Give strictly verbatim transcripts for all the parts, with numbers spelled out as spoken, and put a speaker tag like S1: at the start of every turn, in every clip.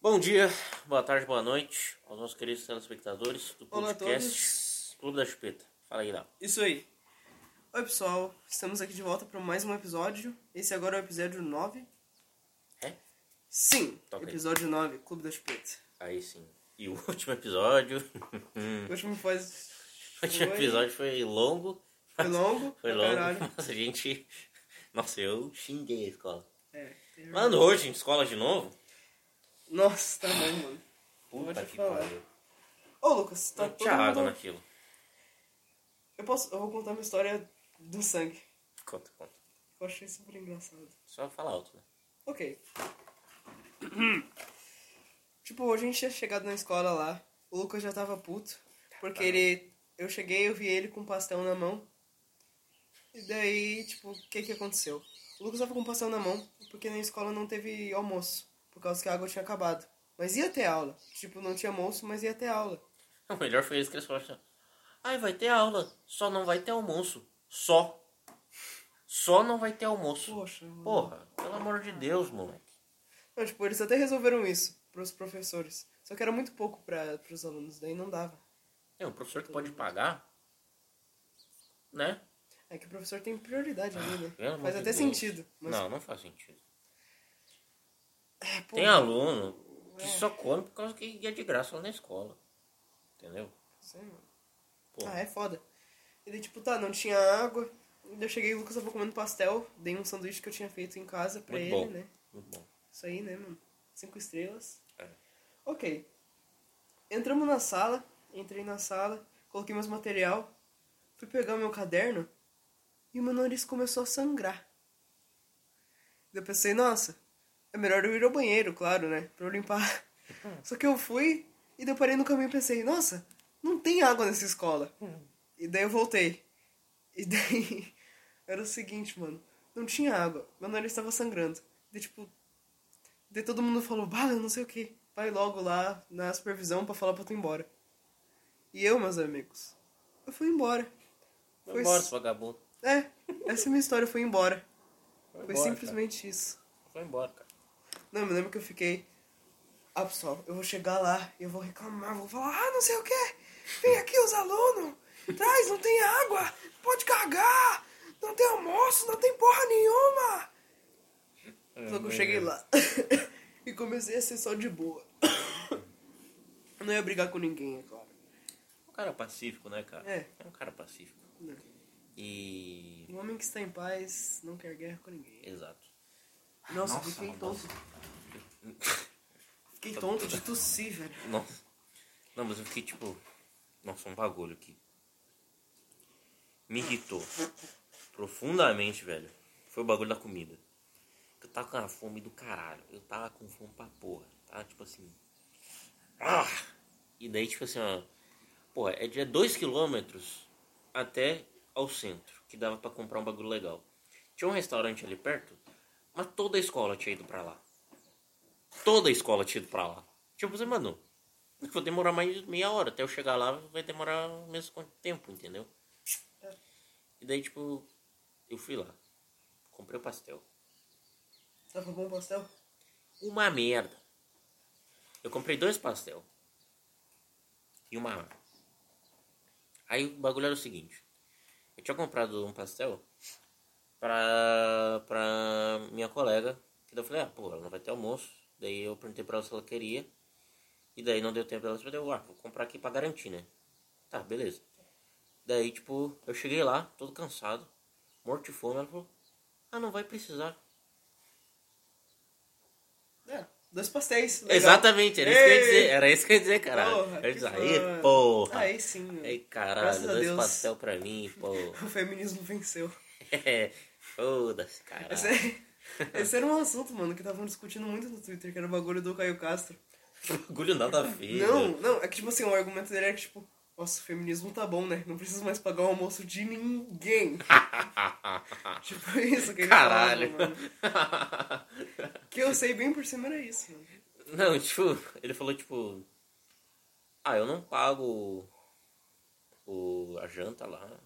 S1: Bom dia, boa tarde, boa noite aos nossos queridos telespectadores do
S2: Olá a
S1: podcast
S2: todos.
S1: Clube da Chupeta. Fala aí, Léo.
S2: Isso aí. Oi, pessoal. Estamos aqui de volta para mais um episódio. Esse agora é o episódio nove.
S1: É?
S2: Sim,
S1: Toca aí.
S2: episódio nove, Clube da Chupeta.
S1: Aí sim. E o último episódio...
S2: O último faz...
S1: o último
S2: foi-
S1: episódio foi longo.
S2: Foi longo?
S1: Foi
S2: pra
S1: longo,
S2: caralho.
S1: mas a gente... Nossa, eu xinguei a escola.
S2: É. teve-
S1: Mano, hoje em escola de novo?
S2: Nossa, tá bom, mano. Vou
S1: Puta
S2: te
S1: que
S2: falar.
S1: pariu.
S2: Ô, Lucas, tá
S1: Não
S2: todo
S1: tinha água
S2: mundo...
S1: naquilo.
S2: Eu, posso... Eu vou contar uma história do sangue.
S1: Conta, conta.
S2: Eu achei super engraçado.
S1: Só falar alto, né?
S2: Ok. Tipo, hoje a gente tinha chegado na escola lá. O Lucas já tava puto. Porque ele... Eu cheguei, eu vi ele com um pastel na mão. E daí, tipo, o que que aconteceu? O Lucas tava com um pastel na mão porque na escola não teve almoço. Por causa que a água tinha acabado. Mas ia ter aula. Tipo, não tinha almoço, mas ia ter aula.
S1: O melhor foi isso que eles falaram assim, ai, vai ter aula, só não vai ter almoço. Só. Só não vai ter almoço.
S2: Poxa, mano.
S1: Porra, pelo amor de Deus, moleque.
S2: Não, tipo, eles até resolveram isso pros professores. Só que era muito pouco pra, pros alunos. Daí não dava.
S1: É, um professor que pode pagar, né?
S2: É que o professor tem prioridade ali, né?
S1: Pelo amor
S2: Faz
S1: de
S2: até
S1: Deus.
S2: sentido. Mas,
S1: Não, não faz sentido.
S2: é, pô,
S1: Tem aluno que
S2: É.
S1: só come por causa que ia de graça lá na escola. Entendeu?
S2: sei, mano.
S1: Pô,
S2: Ah, é foda. E daí, tipo, tá, não tinha água. E daí eu cheguei e o Lucas tava comendo pastel. Dei um sanduíche que eu tinha feito em casa pra
S1: muito
S2: ele,
S1: bom.
S2: né?
S1: Muito bom.
S2: Isso aí, né, mano? Cinco estrelas.
S1: É.
S2: Ok. Entramos na sala. Entrei na sala. Coloquei meus material. Fui pegar meu caderno. E o meu nariz começou a sangrar. Daí eu pensei, nossa, é melhor eu ir ao banheiro, claro, né? Pra eu limpar. Só que eu fui. E daí eu parei no caminho e pensei, nossa, não tem água nessa escola. E daí eu voltei. E daí era o seguinte, mano. Não tinha água. Meu nariz estava sangrando. Daí, tipo... Daí todo mundo falou, bala, não sei o que. Vai logo lá na supervisão pra falar pra tu ir embora. E eu, meus amigos, eu fui embora.
S1: Vai
S2: Foi
S1: embora,
S2: s-
S1: esse vagabundo.
S2: É, essa é a minha história, foi embora.
S1: Vai
S2: Foi
S1: embora,
S2: simplesmente isso.
S1: cara. Vai embora, cara.
S2: Não, eu me lembro que eu fiquei... Ah, pessoal, eu vou chegar lá e eu vou reclamar, vou falar, ah, não sei o que. Vem aqui os alunos. Traz, não tem água. Pode cagar. Não tem almoço, não tem porra nenhuma. Só que eu cheguei lá e comecei a ser só de boa. Eu não ia brigar com ninguém, é claro.
S1: Um cara pacífico, né, cara?
S2: É.
S1: É um cara pacífico.
S2: Não.
S1: E...
S2: Um homem que está em paz não quer guerra com ninguém.
S1: Exato.
S2: Nossa,
S1: Nossa,
S2: fiquei
S1: mano,
S2: tonto. Fiquei tonto de tossir, velho.
S1: Nossa. Não, mas eu fiquei tipo... Nossa, um bagulho aqui. Me irritou. Profundamente, velho. Foi o bagulho da comida. Eu tava com a fome do caralho. Eu tava com fome pra porra. Tava tipo assim... Ah! E daí tipo assim, ó... Porra, é de dois quilômetros até ao centro. Que dava pra comprar um bagulho legal. Tinha um restaurante ali perto. Mas toda a escola tinha ido pra lá. Toda a escola tinha ido pra lá. Tipo assim, mano... Vou demorar mais meia hora. Até eu chegar lá vai demorar o mesmo quanto tempo, entendeu? E daí, tipo, eu fui lá. Comprei o pastel.
S2: Tava bom o pastel?
S1: Uma merda. Eu comprei dois pastel. E uma água. Aí o bagulho era o seguinte. Eu tinha comprado um pastel pra, pra minha colega. Que daí eu falei, ah, pô, ela não vai ter almoço. Daí eu perguntei pra ela se ela queria. E daí não deu tempo dela. Eu falei, ah, vou comprar aqui pra garantir, né? Tá, beleza. Daí, tipo, eu cheguei lá, todo cansado, morto de fome. Ela falou, ah, não vai precisar.
S2: É, dois pastéis. Legal.
S1: Exatamente, era isso que eu ia dizer.
S2: Ei!
S1: Era isso que eu ia dizer, caralho.
S2: Porra,
S1: Eu
S2: que
S1: disse,
S2: foda.
S1: aí, porra.
S2: Aí sim, mano.
S1: Aí, caralho,
S2: Graças a
S1: dois
S2: Deus.
S1: pastel pra mim, pô.
S2: O feminismo venceu.
S1: É, foda-se, caralho.
S2: Esse, é- esse era um assunto, mano, que estavam discutindo muito no Twitter, que era o bagulho do Caio Castro.
S1: Bagulho nada a ver.
S2: Não,
S1: né?
S2: não, é que tipo assim, o argumento dele era que, tipo, nossa, o feminismo tá bom, né? Não preciso mais pagar o almoço de ninguém. Tipo isso que ele
S1: Caralho.
S2: falava, mano. Que eu sei bem por cima era isso, mano.
S1: Não, tipo, ele falou, tipo... Ah, eu não pago o, a janta lá,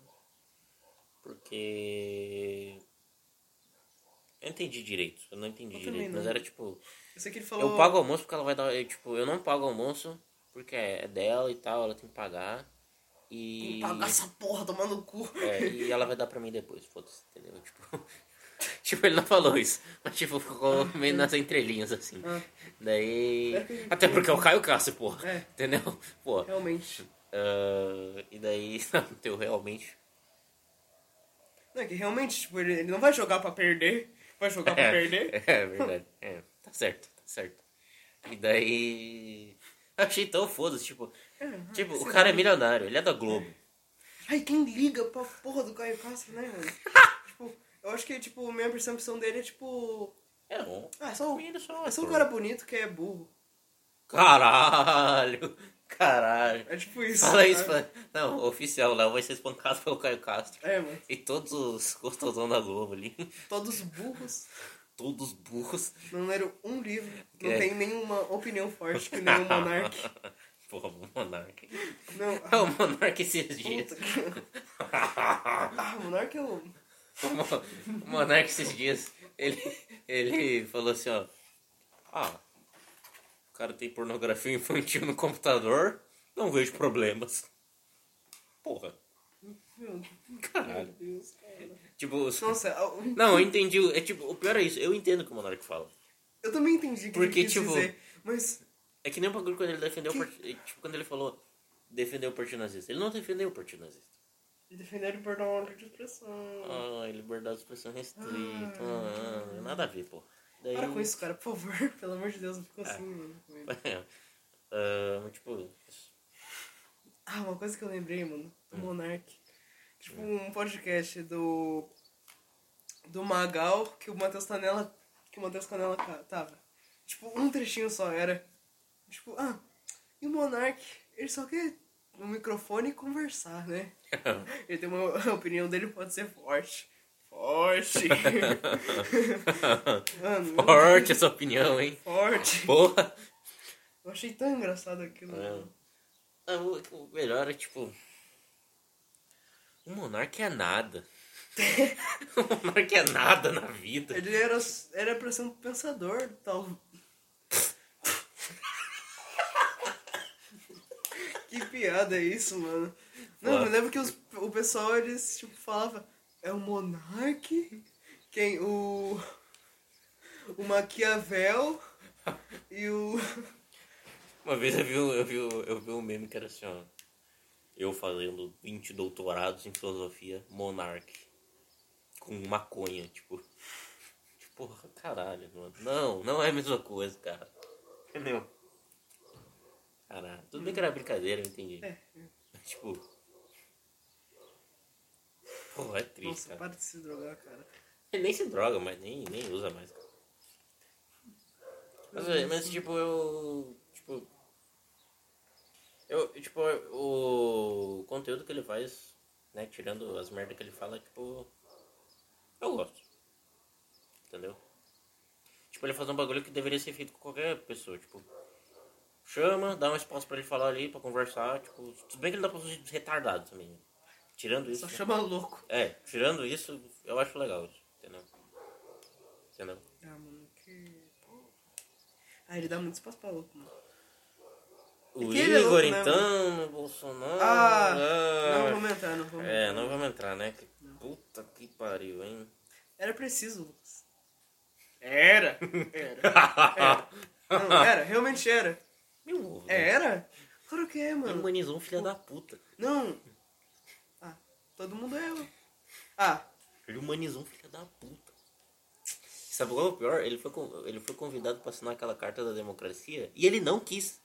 S1: porque... Eu entendi direito, eu não entendi
S2: Eu
S1: direito,
S2: também
S1: mas
S2: não.
S1: era tipo...
S2: Eu sei que ele falou...
S1: Eu pago almoço porque ela vai dar... Eu, tipo, eu não pago almoço porque é dela e tal, ela tem que pagar. E...
S2: Tem que pagar essa porra, tomar no cu.
S1: É, e ela vai dar pra mim depois, foda-se, entendeu? Tipo... Tipo, ele não falou isso, mas tipo, ficou meio nas entrelinhas, assim.
S2: Ah.
S1: Daí...
S2: É que-
S1: Até porque é o Caio Castro, porra.
S2: É.
S1: Entendeu? Pô.
S2: Realmente.
S1: Uh, e daí, teu realmente...
S2: Não, é que realmente, tipo, ele, ele não vai jogar pra perder. Vai jogar pra
S1: É,
S2: perder.
S1: é verdade. É, tá certo, tá certo. E daí... Eu achei tão foda-se, tipo...
S2: É,
S1: Tipo,
S2: sei
S1: o cara
S2: lá.
S1: é milionário, ele é da Globo.
S2: Ai, quem liga pra porra do Caio Castro, né, mano? Tipo, eu acho que, tipo, a minha percepção dele é, tipo...
S1: É bom.
S2: Ah, é só,
S1: Ele é só um
S2: é só um
S1: ator.
S2: cara bonito que é burro.
S1: Caralho! Caralho!
S2: É tipo isso.
S1: Fala isso,
S2: sabe?
S1: fala... Não, o oficial lá vai ser espancado pelo Caio Castro.
S2: É, mano.
S1: E todos os gostosão da Globo ali.
S2: Todos burros.
S1: Todos burros.
S2: Não leram um livro. Não
S1: É.
S2: tem nenhuma opinião forte que nem o Monark.
S1: Porra, o Monark.
S2: Não.
S1: É o Monark esses dias.
S2: Puta que... Ah, o Monark é o...
S1: O Mo- o Monark esses dias, ele, ele falou assim, ó. Ah, o cara tem pornografia infantil no computador, não vejo problemas. Porra,
S2: Meu
S1: caralho.
S2: Deus, cara.
S1: Tipo,
S2: Nossa, eu-
S1: não, eu entendi. o- É tipo, o pior é isso, eu entendo o que o Monark fala.
S2: eu também entendi o que
S1: Porque,
S2: ele quis
S1: tipo,
S2: dizer. Mas...
S1: É que nem o bagulho quando ele defendeu o
S2: Que-
S1: partido. Tipo, quando ele falou defendeu o partido nazista. Ele não defendeu o partido nazista.
S2: Defender o perdão de expressão.
S1: Ah, liberdade de expressão restrita. Ah, nada a ver, pô. Daí...
S2: Para com isso, cara, por favor. Pelo amor de Deus, não fico
S1: É.
S2: assim, mano. com ele.
S1: Ah, mas, tipo,
S2: Ah, uma coisa que eu lembrei, mano, do Monark. Tipo, um podcast do. Do Magal que o Matheus Canela. Que o Matheus Canela ca- tava. Tipo, um trechinho só era. Tipo, ah, e o Monark, ele só quer um microfone e conversar, né? Ele tem uma a opinião dele pode ser forte. Forte! Mano,
S1: forte essa opinião, hein?
S2: forte!
S1: Porra!
S2: Eu achei tão engraçado aquilo.
S1: É.
S2: mano.
S1: Ah, o, o melhor é, tipo... O Monark é nada. O Monark é nada na vida.
S2: Ele era, era pra ser um pensador, tal. Que piada é isso, mano? Não,
S1: Claro.
S2: eu lembro que os, o pessoal, eles, tipo, falava é o Monark, quem, o... O Maquiavel e o...
S1: Uma vez eu vi, um- eu, vi, um- eu vi um meme que era assim, ó. Eu fazendo vinte doutorados em filosofia, Monark. Com maconha, tipo. Tipo, porra, caralho, mano. Não, não é a mesma coisa, cara. Entendeu? Caralho. Tudo bem que era brincadeira, eu entendi.
S2: É,
S1: Mas, tipo. Porra, é triste,
S2: nossa,
S1: cara.
S2: para de se drogar, cara.
S1: Ele nem se droga, mas nem, nem usa mais, cara. Mas, é, mas tipo, eu. Tipo. Eu, tipo, o conteúdo que ele faz, né, tirando as merdas que ele fala, tipo. Eu gosto. Entendeu? Tipo, ele faz um bagulho que deveria ser feito com qualquer pessoa, tipo. Chama, dá um espaço pra ele falar ali, pra conversar, tipo. Tudo bem que ele dá pra fazer retardado também. Né? Tirando isso.
S2: Só chama louco.
S1: É, tirando isso, eu acho legal isso, entendeu? Entendeu?
S2: Ah, mano, que... Ah, ele dá muito espaço pra louco, mano.
S1: O
S2: que ele é
S1: Igor,
S2: louco, né,
S1: então, o Bolsonaro.
S2: Ah,
S1: ah,
S2: não vamos entrar, não vamos
S1: É,
S2: entrar.
S1: não vamos entrar, né? Que puta que pariu, hein?
S2: Era preciso, Lucas. Era. Era. Era. Não, era, realmente era.
S1: Meu ovo.
S2: É, era? Claro que é,
S1: Ele
S2: mano.
S1: humanizou um filho da puta.
S2: Não. Ah, todo mundo é. mano. Ah,
S1: Ele humanizou um filho da puta. Sabe qual é o pior? Ele foi, con- ele foi convidado pra assinar aquela carta da democracia e ele não quis.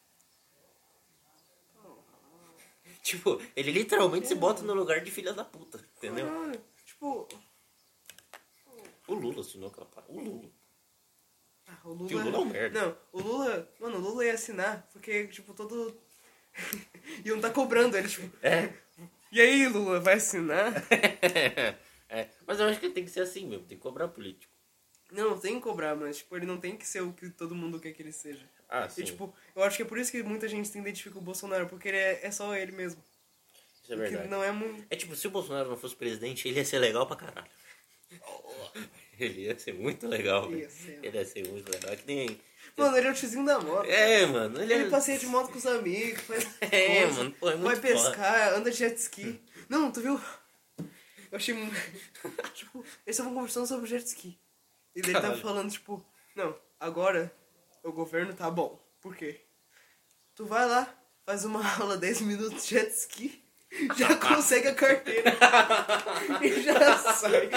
S1: Tipo, ele literalmente se bota no lugar de filha da puta, entendeu?
S2: caralho. Tipo.
S1: O Lula assinou aquela parada. O Lula.
S2: Ah, o Lula.
S1: Que o Lula é um merda.
S2: Não, o Lula. Mano, o Lula ia assinar, porque, tipo, todo. Iam tá cobrando ele, tipo.
S1: É.
S2: E aí, Lula, vai assinar?
S1: É, mas eu acho que tem que ser assim mesmo, tem que cobrar político.
S2: Não, tem que cobrar, mas, tipo, ele não tem que ser o que todo mundo quer que ele seja.
S1: Ah, sim.
S2: E, tipo, eu acho que é por isso que muita gente se identifica com o Bolsonaro, porque ele é, é só ele mesmo.
S1: Isso é
S2: Porque
S1: verdade.
S2: não é muito.
S1: É tipo, se o Bolsonaro não fosse presidente, ele ia ser legal pra caralho. Ele ia ser muito legal, velho.
S2: Ia ser.
S1: Ele ia ser muito legal. É que nem...
S2: Mano, ele é o tiozinho da moto.
S1: É, mano. Ele,
S2: Ele
S1: é...
S2: passeia de moto com os amigos, faz
S1: É,
S2: coisa,
S1: mano. Pô, é muito
S2: vai
S1: foda.
S2: pescar, anda de jet ski. Não, tu viu? Eu achei muito... Tipo, eles estavam conversando sobre jet ski. E daí ele tava
S1: Caralho.
S2: falando, tipo... Não, agora o governo tá bom. Por quê? Tu vai lá, faz uma aula dez minutos de jet ski, já consegue a carteira. E já sai.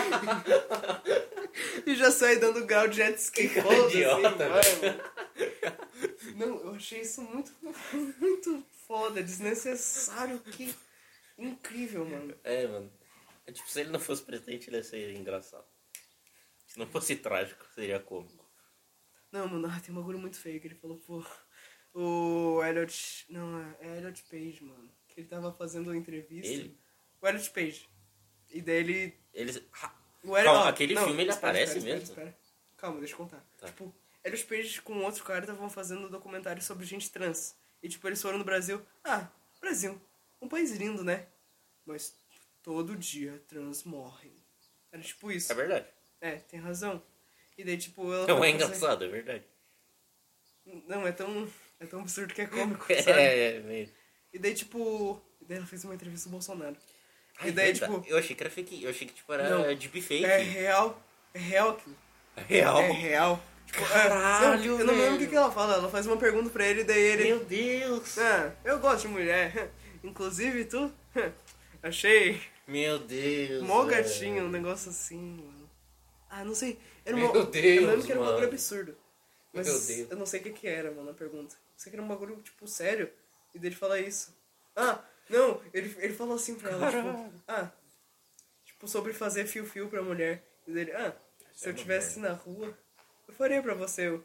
S2: E já sai dando grau de jet ski.
S1: Que
S2: Foda-se,
S1: idiota,
S2: vai, mano. Não, eu achei isso muito, muito foda, desnecessário, que incrível, mano.
S1: É, mano. É, tipo, se ele não fosse presidente, ele ia ser engraçado. Se não fosse trágico, seria cômico.
S2: Não, mano, ah, tem um bagulho muito feio que ele falou, pô. O Elliot. Não, é Elliot Page, mano. Que ele tava fazendo uma entrevista.
S1: Ele?
S2: O Elliot Page. E daí ele.
S1: Eles... Ah,
S2: O Elliot,
S1: Calma,
S2: ó,
S1: aquele
S2: não,
S1: filme ele
S2: espera,
S1: aparece
S2: espera,
S1: mesmo?
S2: espera, espera. Calma, deixa eu contar.
S1: Tá.
S2: Tipo, Elliot Page com outro cara estavam fazendo um documentário sobre gente trans. E tipo, eles foram no Brasil. Ah, Brasil. Um país lindo, né? Mas todo dia trans morrem. Era tipo isso.
S1: É verdade.
S2: É, tem razão. E daí, tipo, ela.
S1: Não
S2: foi
S1: é
S2: fazer-
S1: engraçado, é verdade.
S2: Não, é tão. É tão absurdo que é cômico, sabe?
S1: É, é meio...
S2: E daí, tipo. E daí ela fez uma entrevista com o Bolsonaro.
S1: Ai,
S2: e daí,
S1: verdade.
S2: tipo.
S1: Eu achei que era fake. Eu achei que tipo, era
S2: Não,
S1: deepfake.
S2: É real. É real aquilo.
S1: É real.
S2: É real. Tipo, é-
S1: Caralho,
S2: não, eu não lembro o que,
S1: velho.
S2: que ela fala. Ela faz uma pergunta pra ele e daí ele.
S1: Meu Deus.
S2: Ah, eu gosto de mulher. Inclusive tu. Achei.
S1: Meu Deus.
S2: Mó
S1: velho.
S2: gatinho, um negócio assim, mano. Ah, não sei. Era
S1: Meu
S2: uma,
S1: Deus,
S2: eu lembro que era um
S1: mano.
S2: bagulho absurdo. Mas
S1: Meu Deus.
S2: eu não sei o que que era, mano, a pergunta. Eu sei que era um bagulho, tipo, sério. E dele fala isso. Ah, não, ele, ele falou assim pra ela, tipo, ah, tipo, sobre fazer fio-fio pra mulher. E dele, ah, se eu
S1: uma
S2: tivesse na rua, eu faria pra você. Eu...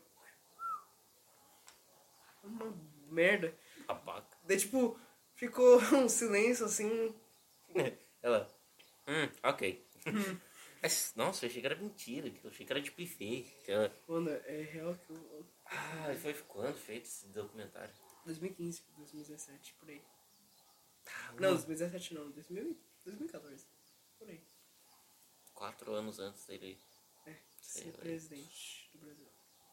S2: Uma merda.
S1: Babaca.
S2: Daí, tipo, ficou um silêncio assim.
S1: Ela. Hum, ok. Mas, nossa, eu achei que era mentira. Eu achei que era deepfake. Ela...
S2: Mano, é real que eu.
S1: Ah, e foi quando feito esse documentário?
S2: dois mil e quinze, dois mil e dezessete, por aí.
S1: Ah,
S2: Não,
S1: uma-
S2: dois mil e dezessete não, dois mil, e- dois mil e quatorze. Por aí.
S1: Quatro anos antes dele.
S2: É,
S1: Sei
S2: ser
S1: lá.
S2: presidente do Brasil.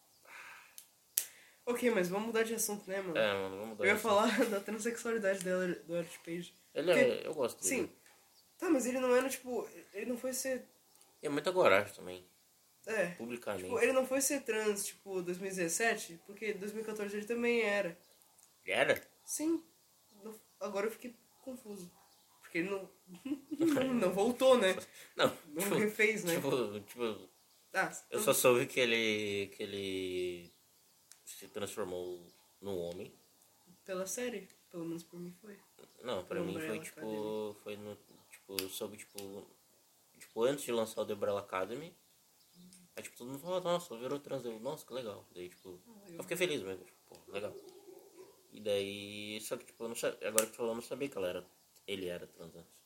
S2: Ok, mas vamos mudar de assunto, né, mano?
S1: É, mano, vamos dar
S2: Eu ia
S1: essa-
S2: falar da transexualidade dela, do Elliot Page.
S1: Ele é, eu gosto dele.
S2: Sim. Tá, mas ele não era, tipo, ele não foi ser...
S1: E é muita coragem também,
S2: É,
S1: publicamente.
S2: tipo, ele não foi ser trans, tipo, dois mil e dezessete, porque dois mil e quatorze ele também era.
S1: Era?
S2: Sim. Não- Agora eu fiquei confuso. Porque ele não... não, não voltou, né?
S1: Não,
S2: Não
S1: tipo,
S2: refez, né?
S1: tipo, tipo,
S2: Ah,
S1: eu só soube que ele, que ele se transformou num homem.
S2: pela série, pelo menos por mim foi.
S1: Não, pra mim foi
S2: Umbrella
S1: tipo,
S2: Academy.
S1: foi no, tipo, eu soube tipo, tipo, antes de lançar o The Umbrella Academy, aí tipo, todo mundo falou, nossa, virou trans, eu, nossa, que legal. Daí, tipo, eu fiquei feliz mesmo, tipo, pô, legal. E daí, só que tipo, eu não sabia, agora que tu falou, eu não sabia que ela era, ele era trans antes.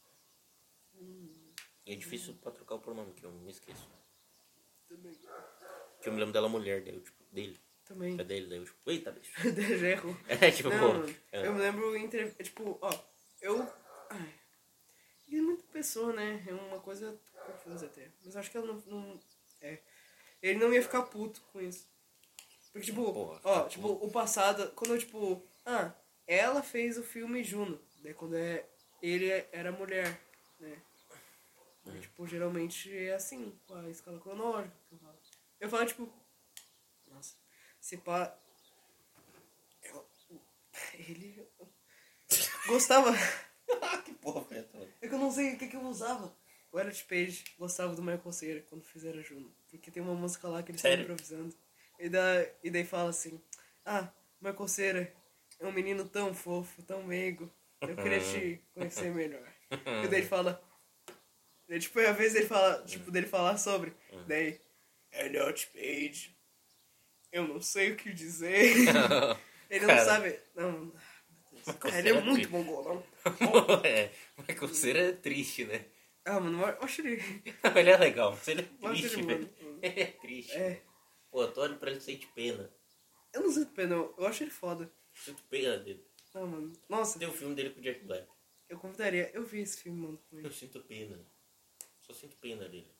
S1: E é difícil pra trocar o pronome, que eu me esqueço.
S2: Também.
S1: Que eu me lembro dela mulher, daí eu, tipo, dele.
S2: Também.
S1: É dele, daí eu, tipo, eita, bicho.
S2: Dejerro.
S1: É, tipo,
S2: Não,
S1: pô.
S2: mano,
S1: é.
S2: eu me lembro, entre, tipo, ó, eu... Ai, e muita pessoa, né, é uma coisa confusa até. Mas acho que ela não, não... É. Ele não ia ficar puto com isso. Porque, tipo,
S1: Porra,
S2: ó,
S1: ficar
S2: tipo, o passado, quando eu, tipo... Ah, ela fez o filme Juno. Daí quando é, ele era mulher, né. E, tipo, geralmente é assim, com a escala cronológica que eu falo. Eu falo, tipo... Nossa, se pá... Eu, ele... Gostava...
S1: Que porra foi essa?
S2: É que eu não sei o que, que eu usava. O Elliot Page gostava do Michael Cera quando fizeram Juno. Porque tem uma música lá que eles estão
S1: Sério?
S2: improvisando. E, da, e daí fala assim... Ah, Michael Cera é um menino tão fofo, tão meigo. Eu queria te conhecer melhor. E daí ele fala... Daí, tipo, a vez ele fala... Tipo, dele falar sobre... Daí... Elliot Page... Eu não sei o que dizer. Ele não
S1: Cara.
S2: sabe... Não...
S1: Michael
S2: Ele é
S1: Cera
S2: muito
S1: triste.
S2: mongolão.
S1: É, Michael Cera é triste, né?
S2: Ah, mano, eu acho ele...
S1: Não, ele é legal, mas ele é
S2: Eu acho
S1: triste,
S2: ele,
S1: velho.
S2: mano.
S1: Ele é triste.
S2: É...
S1: Pô, eu tô olhando pra ele sem de pena.
S2: Eu não sinto pena, eu eu acho ele foda.
S1: Sinto pena dele.
S2: Não, mano. Nossa,
S1: Tem o filme dele com o Jack Black.
S2: eu convidaria. Eu vi esse filme, mano, com
S1: Eu
S2: ele.
S1: sinto pena. Só sinto pena dele.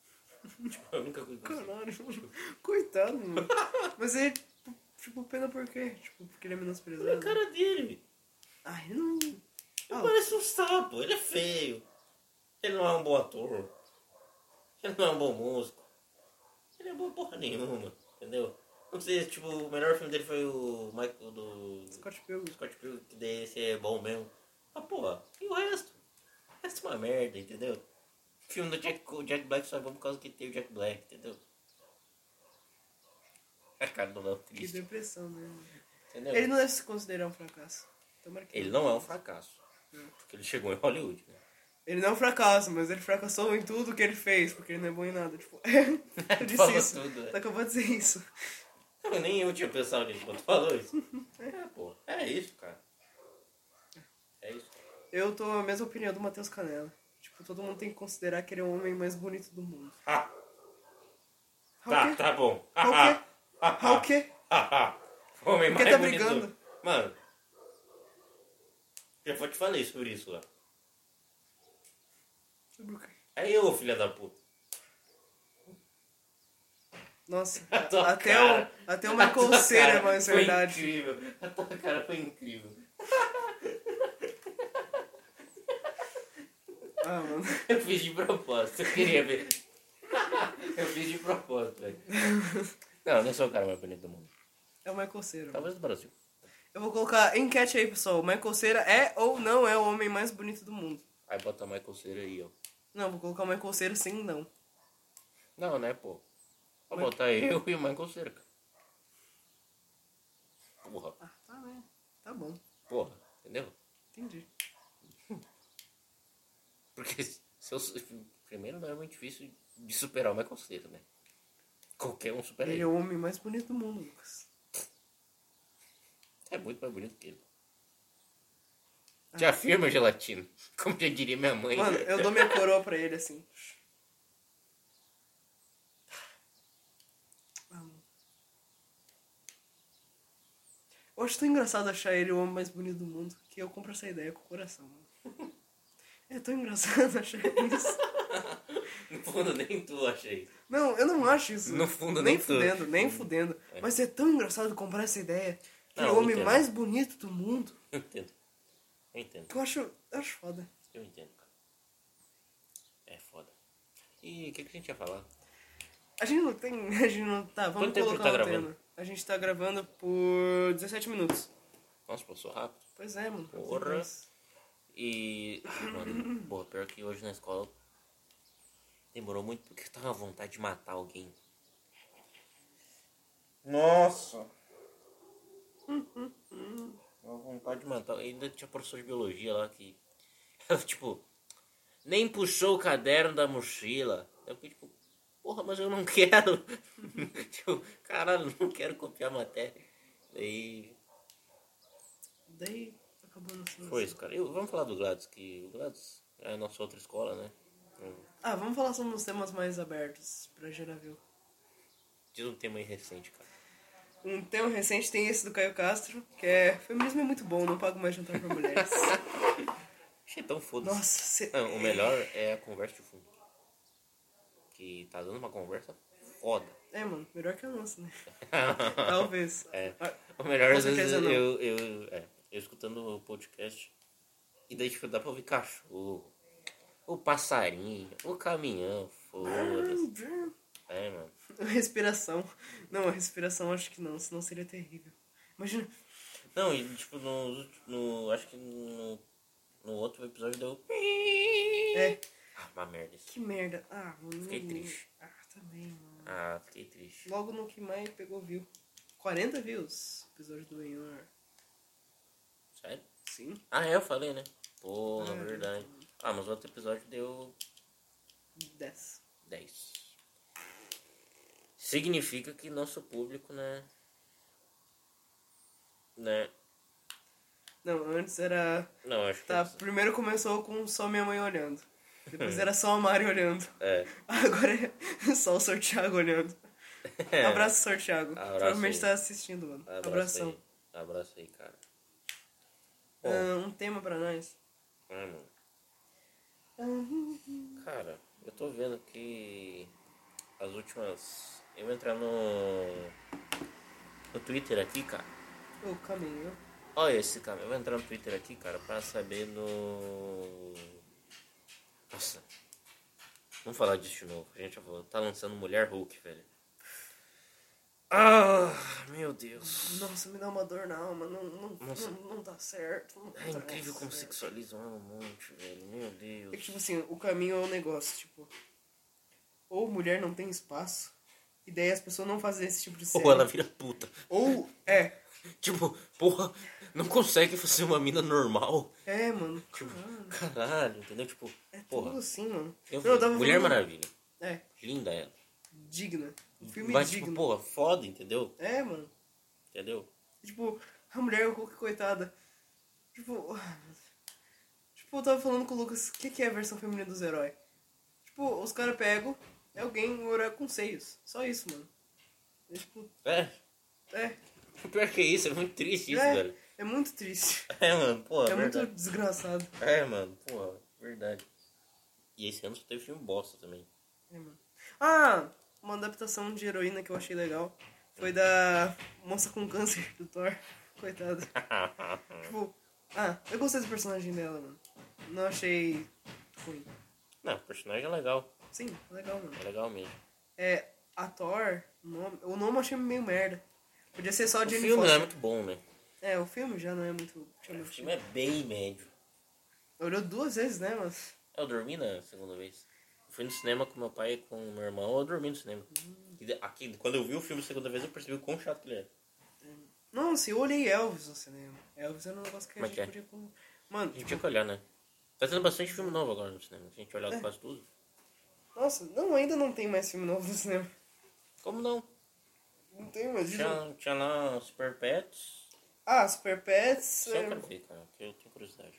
S1: Tipo, a única coisa que eu sei.
S2: Caralho, coitado, mano. Mas ele, tipo, pena por quê? Tipo, porque ele é menosprezado.
S1: Olha a cara dele.
S2: Ah, ele não...
S1: Ele
S2: Ah,
S1: parece um sapo, ele é feio. Ele não é um bom ator. Ele não é um bom músico. Ele é bom porra nenhuma, entendeu? Não sei, tipo, o melhor filme dele foi o Michael do...
S2: Scott Pilgrim.
S1: Scott Pilgrim, que daí esse é bom mesmo. Ah, porra, e o resto? O resto é uma merda, entendeu? O filme do Jack, o Jack Black só é bom por causa que tem o Jack Black, entendeu? A cara do Léo
S2: Que
S1: triste,
S2: depressão, né?
S1: entendeu?
S2: Ele não deve se considerar um fracasso. Tomara que
S1: Ele não é um fracasso, porque ele chegou em Hollywood, né?
S2: Ele não é um fracasso, mas ele fracassou em tudo que ele fez, porque ele não é bom em nada. Tipo, eu disse
S1: Falou
S2: isso.
S1: tudo, né?
S2: Tu acabou de dizer isso.
S1: Não, nem eu tinha pensado nisso quando tu falou isso. É, pô, é isso, cara. É isso.
S2: Eu tô a mesma opinião do Matheus Canella. Tipo, todo mundo tem que considerar que ele é o homem mais bonito do mundo.
S1: Ah,
S2: Ah, o
S1: tá,
S2: quê?
S1: tá bom.
S2: Ah, o quê? Ah, o quê?
S1: Homem
S2: Por que
S1: mais
S2: tá
S1: bonito.
S2: brigando?
S1: Mano, já foi te falei sobre isso lá. É eu, filha da puta.
S2: Nossa,
S1: A tua
S2: até
S1: cara.
S2: o, até o
S1: A tua
S2: Michael Cera é
S1: cara
S2: mais
S1: foi
S2: verdade.
S1: Incrível. A tua cara foi incrível.
S2: Ah, mano.
S1: Eu fiz de propósito, eu queria ver. Eu fiz de propósito, velho. Não, não sou o cara mais bonito do mundo.
S2: É o Michael Cera. mano.
S1: Talvez do Brasil.
S2: Eu vou colocar enquete aí, pessoal. O Michael Cera é ou não é o homem mais bonito do mundo?
S1: Aí bota o Michael Cera aí, ó.
S2: Não, vou colocar o Michael Cera sim, não.
S1: Não, né, pô? Vou
S2: Mas-
S1: botar eu e o Michael Cera, cara. Porra,
S2: Ah, tá bem. Tá bom.
S1: porra, entendeu?
S2: Entendi.
S1: Porque se eu, primeiro não é muito difícil de superar o Michael Cera, né? Qualquer um supera
S2: Ele
S1: ele.
S2: é o homem mais bonito do mundo, Lucas.
S1: É muito mais bonito que ele. Te afirma, gelatina. Como já diria minha mãe.
S2: Mano, eu dou minha coroa pra ele assim. Ah, mano. Eu acho tão engraçado achar ele o homem mais bonito do mundo que eu compro essa ideia com o coração, mano. É tão engraçado achar isso.
S1: No fundo, nem tu acha isso.
S2: Não, eu não acho isso.
S1: No fundo,
S2: nem
S1: nem tu.
S2: fudendo, nem fudendo.
S1: É.
S2: Mas é tão engraçado comprar essa ideia que
S1: Não,
S2: é o
S1: eu
S2: homem
S1: entendo.
S2: mais bonito do mundo
S1: Eu entendo. Eu entendo.
S2: que eu acho, eu acho foda.
S1: Eu entendo, cara. É foda. E o que, que a gente ia falar?
S2: A gente não tem. A gente não. Tá, vamos
S1: Quanto tempo
S2: colocar
S1: tá
S2: um
S1: gravando?
S2: tema. A gente tá gravando por dezessete minutos.
S1: Nossa, passou rápido.
S2: Pois é, mano.
S1: Porra. E. Ah, mano, porra, pior que hoje na escola demorou muito porque eu tava com vontade de matar alguém. Nossa! Tava com vontade de matar. Ainda tinha professor de biologia lá que. Ela, tipo, nem puxou o caderno da mochila. Eu fiquei tipo, porra, mas eu não quero. Tipo, caralho, não quero copiar a matéria. Daí.
S2: Daí acabou no silêncio.
S1: Foi isso, cara. Eu, vamos falar do Gladys, que o Gladys é a nossa outra escola, né? Hum,
S2: Ah, vamos falar sobre uns temas mais abertos pra gerar view.
S1: Diz um tema aí recente, cara.
S2: Um tema recente tem esse do Caio Castro, que é feminismo é muito bom, não pago mais jantar pra mulheres.
S1: Achei tão foda-se.
S2: Nossa, cê...
S1: Não, o melhor é a conversa de fundo. Que tá dando uma conversa foda.
S2: É, mano, melhor que a nossa, né? Talvez.
S1: É.
S2: Ah,
S1: O melhor
S2: Com
S1: às vezes
S2: certeza
S1: eu,
S2: não.
S1: eu, é, eu escutando o podcast. E daí, tipo, dá pra ouvir cachorro. O passarinho, o caminhão, foda-se. É, mano.
S2: Respiração. Não, a respiração acho que não, senão seria terrível. Imagina.
S1: Não, e tipo, no, no acho que no, no outro episódio deu...
S2: É.
S1: Ah, uma merda isso.
S2: Que merda. Ah, mano.
S1: Fiquei triste.
S2: Ah, também, mano.
S1: Ah, fiquei triste.
S2: Logo no que mais pegou view. quarenta views. Episódio do Enhor.
S1: Sério?
S2: Sim.
S1: Ah, é, eu falei, né? Porra,
S2: Ah,
S1: verdade. Ah, mas o outro episódio deu
S2: dez.
S1: dez. Significa que nosso público, né? Né?
S2: Não, antes era...
S1: Não, acho que...
S2: Tá, primeiro começou com só minha mãe olhando. Depois era só a Mari olhando.
S1: É.
S2: Agora é só o Sr. Thiago olhando. Abraço, senhor Thiago.
S1: Abraço
S2: Provavelmente
S1: aí.
S2: tá assistindo, mano.
S1: Abraço
S2: Abração.
S1: aí. Abraço aí, cara. Bom,
S2: Ah, um tema pra nós.
S1: mano. Cara, eu tô vendo que as últimas... Eu vou entrar no... No Twitter aqui, cara.
S2: O caminho.
S1: Olha esse cara. Eu vou entrar no Twitter aqui, cara, pra saber no... Nossa. Vamos falar disso de novo. A gente já falou. Tá lançando Mulher Hulk, velho. Ah, meu Deus.
S2: Nossa, me dá uma dor na alma. Não, não,
S1: Nossa.
S2: não, não tá certo. Não
S1: É
S2: tá
S1: incrível como
S2: certo.
S1: sexualizam ela um monte, velho. Meu
S2: É que,
S1: Deus.
S2: tipo assim, o caminho é um negócio, tipo... Ou mulher não tem espaço, e daí as pessoas não fazem esse tipo de série.
S1: Ou ela vira puta.
S2: Ou, é,
S1: Tipo, porra, não consegue fazer uma mina normal.
S2: é, mano.
S1: Tipo,
S2: Caralho,
S1: caralho, entendeu? Tipo,
S2: é
S1: porra.
S2: tudo assim, mano.
S1: Eu
S2: Não, eu
S1: vi.
S2: tava
S1: Mulher
S2: vendo-
S1: Maravilha.
S2: É,
S1: Linda ela.
S2: digna. Um filme
S1: Mas,
S2: digno.
S1: tipo, porra, foda, entendeu?
S2: É, mano.
S1: Entendeu?
S2: Tipo, a mulher Hulk, coitada. Tipo, ah, tipo, eu tava falando com o Lucas, o que, que é a versão feminina dos heróis? Tipo, os caras pegam, é alguém, um herói com seios. Só isso, mano. É, tipo,
S1: É.
S2: é,
S1: Pior que isso, é muito triste isso,
S2: é,
S1: velho.
S2: é muito triste.
S1: É, mano, porra,
S2: É
S1: verdade.
S2: muito desgraçado.
S1: É, mano, porra, verdade. E esse ano só teve filme bosta também.
S2: É, mano. Ah, uma adaptação de heroína que eu achei legal foi da moça com câncer do Thor. Coitada. Tipo, ah, eu gostei do personagem dela, mano. Não achei ruim.
S1: Não, o personagem é legal.
S2: Sim, legal, mano.
S1: É legal mesmo.
S2: É, a Thor, o nome, o nome eu achei meio merda. Podia ser só a
S1: O
S2: Jane
S1: filme não é
S2: Foster.
S1: muito bom, né?
S2: É, o filme já não é muito
S1: O
S2: chamativo.
S1: filme é bem médio.
S2: Olhou duas vezes, né, mas...
S1: Eu dormi na segunda vez. Eu fui no cinema com meu pai e com meu irmão, eu dormi no cinema. E de- Aqui, quando eu vi o filme a segunda vez, eu percebi o quão chato que ele era.
S2: Nossa, eu olhei Elvis no cinema. Elvis era um negócio que a
S1: Como é
S2: gente
S1: que é?
S2: podia... com- Mano,
S1: A gente tinha que olhar, né? Tá tendo bastante filme novo agora no cinema. A gente olhado
S2: É.
S1: quase tudo.
S2: nossa, não, ainda não tem mais filme novo no cinema.
S1: Como não?
S2: Não tem mais. diz-
S1: Tinha, tinha lá Super Pets.
S2: Ah, Super Pets...
S1: Isso eu
S2: é,
S1: quero ver, cara, porque eu tenho curiosidade.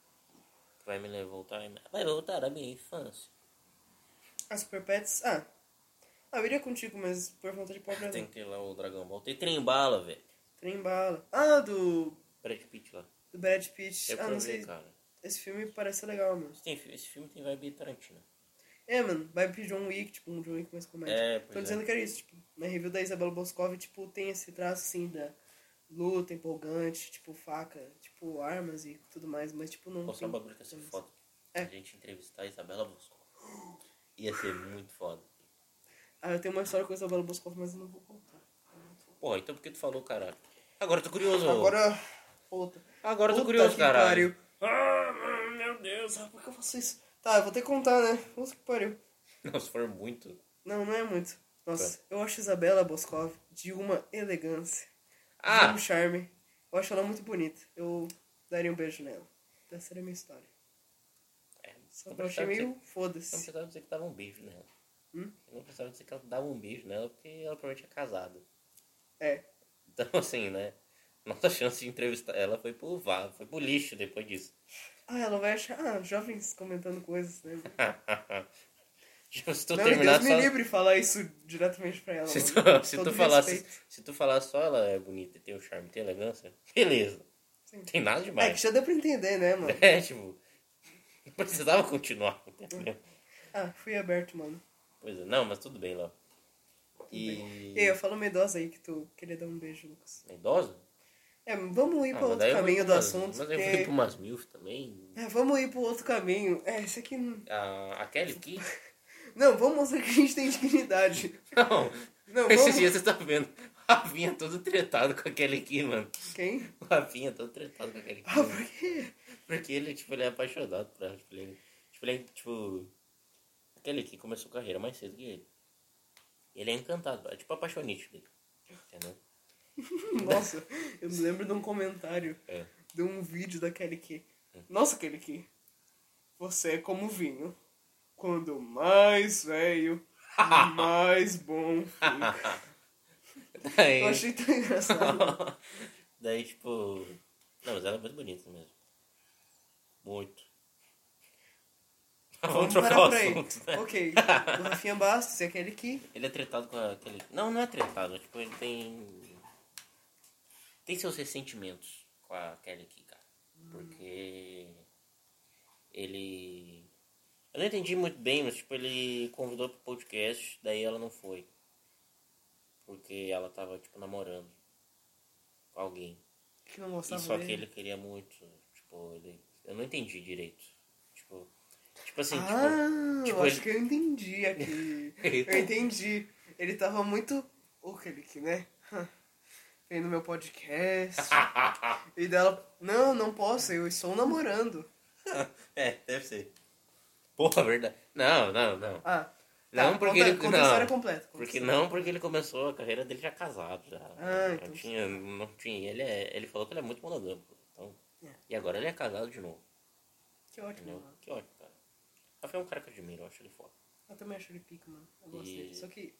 S1: Vai me levar- voltar... Vai voltar à minha infância.
S2: Ah, Super Pets... Ah, ah, eu iria contigo, mas por conta de pobre
S1: Tem
S2: não.
S1: que ter lá o Dragon Ball. Tem trem bala, velho.
S2: Trem bala. Ah, do,
S1: Brad Pitt lá.
S2: do Brad Pitt.
S1: Eu
S2: Ah,
S1: quero
S2: não
S1: ver,
S2: sei.
S1: cara.
S2: Esse filme parece legal, mano.
S1: Esse, tem, esse filme tem vibe Tarantino.
S2: É, mano, vai pro John Wick, tipo, um John Wick mais comédia.
S1: É,
S2: Tô
S1: pois é.
S2: dizendo que era isso, tipo, na review da Isabela Boscov, tipo, tem esse traço, assim, da luta empolgante, tipo, faca, tipo, armas e tudo mais, mas, tipo, não
S1: Pô, só
S2: tem...
S1: um bagulho que ia ser foda.
S2: É.
S1: A gente entrevistar a Isabela Bosco. Ia ser muito foda.
S2: Ah, eu tenho uma história com a Isabela Boscov, mas eu não vou contar.
S1: Pô, então por que tu falou, caralho? Agora eu tô curioso.
S2: Agora, outra.
S1: Agora eu tô
S2: Puta
S1: curioso,
S2: que
S1: caralho.
S2: pariu. Ah, meu Deus, ah, por que eu faço isso? Tá, eu vou ter que contar, né? Puta que pariu.
S1: Não, se for muito...
S2: Não, não é muito. Nossa, eu acho Isabela Boscov de uma elegância, de
S1: Ah!
S2: um charme. Eu acho ela muito bonita. Eu daria um beijo nela. Essa era a minha história.
S1: É,
S2: Só
S1: não
S2: que eu achei
S1: precisava
S2: meio
S1: dizer- não
S2: foda-se.
S1: precisava dizer que dava um beijo nela.
S2: Hum?
S1: Eu não precisava dizer que ela dava um beijo nela, porque ela provavelmente é casada.
S2: É.
S1: Então, assim, né? Nossa chance de entrevistar ela foi pro vá, foi pro lixo depois disso.
S2: Ah, ela vai achar... Ah, jovens comentando coisas, né?
S1: Tipo, se tu
S2: Não, e
S1: terminar
S2: Deus me
S1: só...
S2: livre falar isso diretamente pra ela.
S1: Se
S2: mano.
S1: tu, se,
S2: Todo
S1: tu falasse,
S2: respeito.
S1: se tu falar só ela é bonita e tem o charme, tem elegância, beleza.
S2: Sim.
S1: Não tem nada
S2: É, que
S1: demais.
S2: já deu pra entender, né, mano?
S1: É, tipo, não precisava continuar, entendeu?
S2: Ah, fui aberto, mano.
S1: Pois é, não, mas tudo bem, Léo.
S2: E
S1: E...
S2: aí, eu falo uma idosa aí que tu queria dar um beijo, Lucas.
S1: É idosa?
S2: É, vamos ir
S1: Ah,
S2: pra
S1: mas
S2: outro
S1: daí eu vou
S2: caminho
S1: ir
S2: do
S1: pra umas-
S2: assunto.
S1: Mas eu
S2: porque-
S1: fui pra umas milf também.
S2: É, vamos ir pro outro caminho. É, esse aqui... não-
S1: A, a Kelly Key?
S2: Não, vamos mostrar que a gente tem dignidade.
S1: Não,
S2: Não,
S1: esses
S2: vamos...
S1: dias você tá vendo o Rafinha todo tretado com a Kelly Key, mano.
S2: Quem?
S1: O Rafinha todo tretado com a Kelly Key.
S2: Ah, por quê?
S1: Porque ele, tipo, ele é apaixonado por ela. Tipo, ele, tipo, ele é, tipo... Aquele que começou a carreira mais cedo que ele. Ele é encantado, é tipo apaixonite dele. Entendeu?
S2: Nossa, eu me lembro de um comentário
S1: É.
S2: de um vídeo da Kelly Key. Nossa, Kelly Key, você é como vinho. Quando mais velho, mais bom fica.
S1: Daí,
S2: Eu achei tão engraçado.
S1: daí, tipo... Não, mas ela é muito bonita mesmo. Muito. Vamos
S2: Vamos
S1: trocar
S2: parar
S1: o
S2: por aí.
S1: assunto, né?
S2: Ok, o Rafinha Bastos e a Kelly Key.
S1: Ele é tretado com aquele... Não, não é tretado. Tipo, ele tem... Tem seus ressentimentos com a Kelly Key, cara. Porque... Ele... Eu não entendi muito bem, mas tipo, ele convidou pro podcast, daí ela não foi. Porque ela tava, tipo, namorando com alguém.
S2: Que não
S1: E
S2: gostava
S1: só que
S2: dele.
S1: ele queria muito, tipo, ele... Eu não entendi direito. Tipo, tipo assim,
S2: Ah,
S1: tipo... Tipo,
S2: eu acho
S1: ele...
S2: que eu entendi aqui. Eu entendi. Ele tava muito... O que ele que, né? Vem no meu podcast. E dela... Não, não posso, eu estou namorando.
S1: É, deve ser. Porra, verdade. Não, não, não.
S2: Ah,
S1: Não,
S2: tá,
S1: porque
S2: conta,
S1: ele...
S2: conta a
S1: Não,
S2: história completa. Conta a
S1: porque
S2: história
S1: não,
S2: completa.
S1: porque ele começou a carreira dele já casado, já.
S2: Ah,
S1: Não
S2: então...
S1: tinha, não tinha... Ele, é, ele falou que ele é muito monogâmico. Então...
S2: É.
S1: E agora ele é casado de novo.
S2: Que ótimo,
S1: Entendeu?
S2: mano.
S1: Que ótimo, cara. Rafael é um cara que eu admiro, eu acho ele foda.
S2: Eu também acho ele pica, mano. Eu gosto
S1: E-
S2: dele. Só que...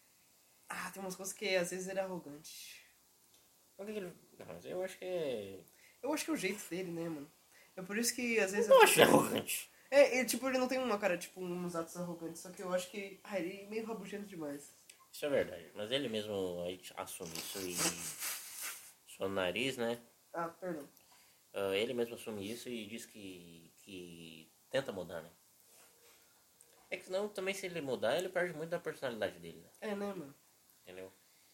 S2: Ah, tem umas coisas que às vezes ele é arrogante.
S1: Por que que ele... Não, mas eu acho que é...
S2: Eu acho que é o jeito dele, né, mano? É por isso que às vezes...
S1: Eu não acho ele arrogante.
S2: É, ele, tipo, ele não tem uma cara, tipo, uns atos arrogantes. Só que eu acho que... Ah, ele é meio rabugento demais.
S1: Isso é verdade. Mas ele mesmo aí assume isso e... Só no nariz, né?
S2: Ah, perdão.
S1: Ah, ele mesmo assume isso e diz que... Que tenta mudar, né? É que senão também se ele mudar, ele perde muito da personalidade dele, né?
S2: É, né, mano?
S1: Entendeu?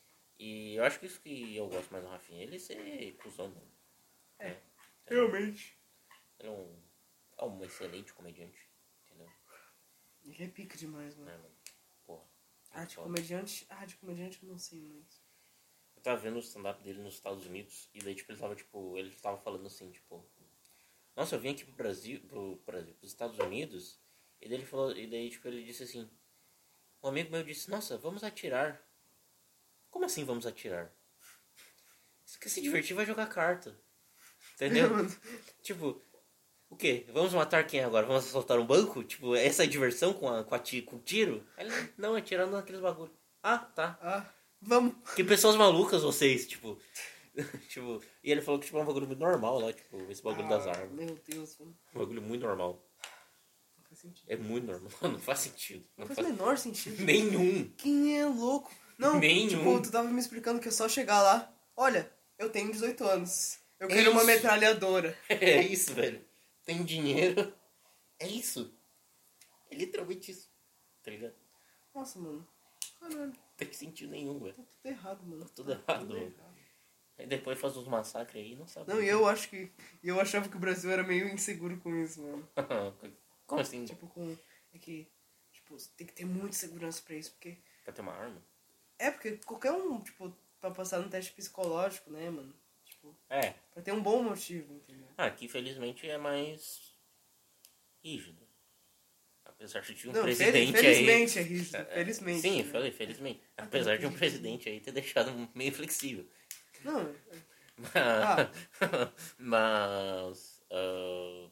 S1: E eu acho que isso que eu gosto mais do Rafinha. Ele ser cuzão, mano.
S2: É.
S1: Né?
S2: Realmente.
S1: Ele é um... É um excelente comediante. Entendeu?
S2: Ele é pica demais,
S1: Né,
S2: mano.
S1: mano? Porra.
S2: Ah, de
S1: foda.
S2: comediante... Ah, de comediante eu não sei muito.
S1: Eu tava vendo o stand-up dele nos Estados Unidos e daí, tipo, ele tava, tipo, ele tava falando assim, tipo... Nossa, eu vim aqui pro Brasil, pro Brasil, pros Estados Unidos e daí ele falou, e daí, tipo, ele disse assim... Um amigo meu disse, nossa, vamos atirar. Como assim vamos atirar? Você quer se divertir, vai jogar carta. Entendeu? Tipo, o quê? Vamos matar quem agora? Vamos assaltar um banco? Tipo, essa é a diversão com, a, com, a ti, com tiro? Ele, não, atirando naqueles bagulho. Ah, tá.
S2: Ah, vamos.
S1: Que pessoas malucas vocês, tipo... tipo, e ele falou que tipo, é um bagulho muito normal lá, tipo, esse bagulho das
S2: Ah,
S1: armas.
S2: meu Deus, mano.
S1: Um bagulho muito normal.
S2: Não faz sentido.
S1: É muito normal. Não faz sentido.
S2: Não
S1: Não
S2: faz o
S1: faz
S2: menor sentido.
S1: nenhum.
S2: Quem é louco? Não,
S1: Nenhum.
S2: tipo, tu tava me explicando que é só chegar lá. Olha, eu tenho dezoito anos. Eu quero uma
S1: Isso.
S2: metralhadora.
S1: É isso, velho. Tem dinheiro. É isso. É literalmente isso. Tá ligado?
S2: Nossa, mano. Caralho,
S1: Não tem sentido nenhum, velho.
S2: tá tudo errado, mano.
S1: Tudo errado,
S2: tudo
S1: mano.
S2: errado.
S1: Aí depois faz uns massacres aí, não sabe.
S2: Não, e eu acho que... E eu achava que o Brasil era meio inseguro com isso, mano.
S1: Como assim?
S2: Tipo, com... É que... Tipo, tem que ter muita segurança pra isso, porque...
S1: Pra ter uma arma?
S2: É, porque qualquer um, tipo, pra passar no teste psicológico, né, mano? Tipo,
S1: É.
S2: pra ter um bom motivo, entendeu?
S1: Ah, aqui felizmente é mais rígido. Apesar de um
S2: Não, fel-
S1: presidente
S2: felizmente
S1: aí...
S2: é rígido, felizmente.
S1: Sim, eu
S2: né?
S1: falei, felizmente.
S2: Ah,
S1: Apesar de um
S2: tá.
S1: presidente aí ter deixado meio flexível.
S2: Não, é-
S1: Mas...
S2: Ah.
S1: Mas... ah,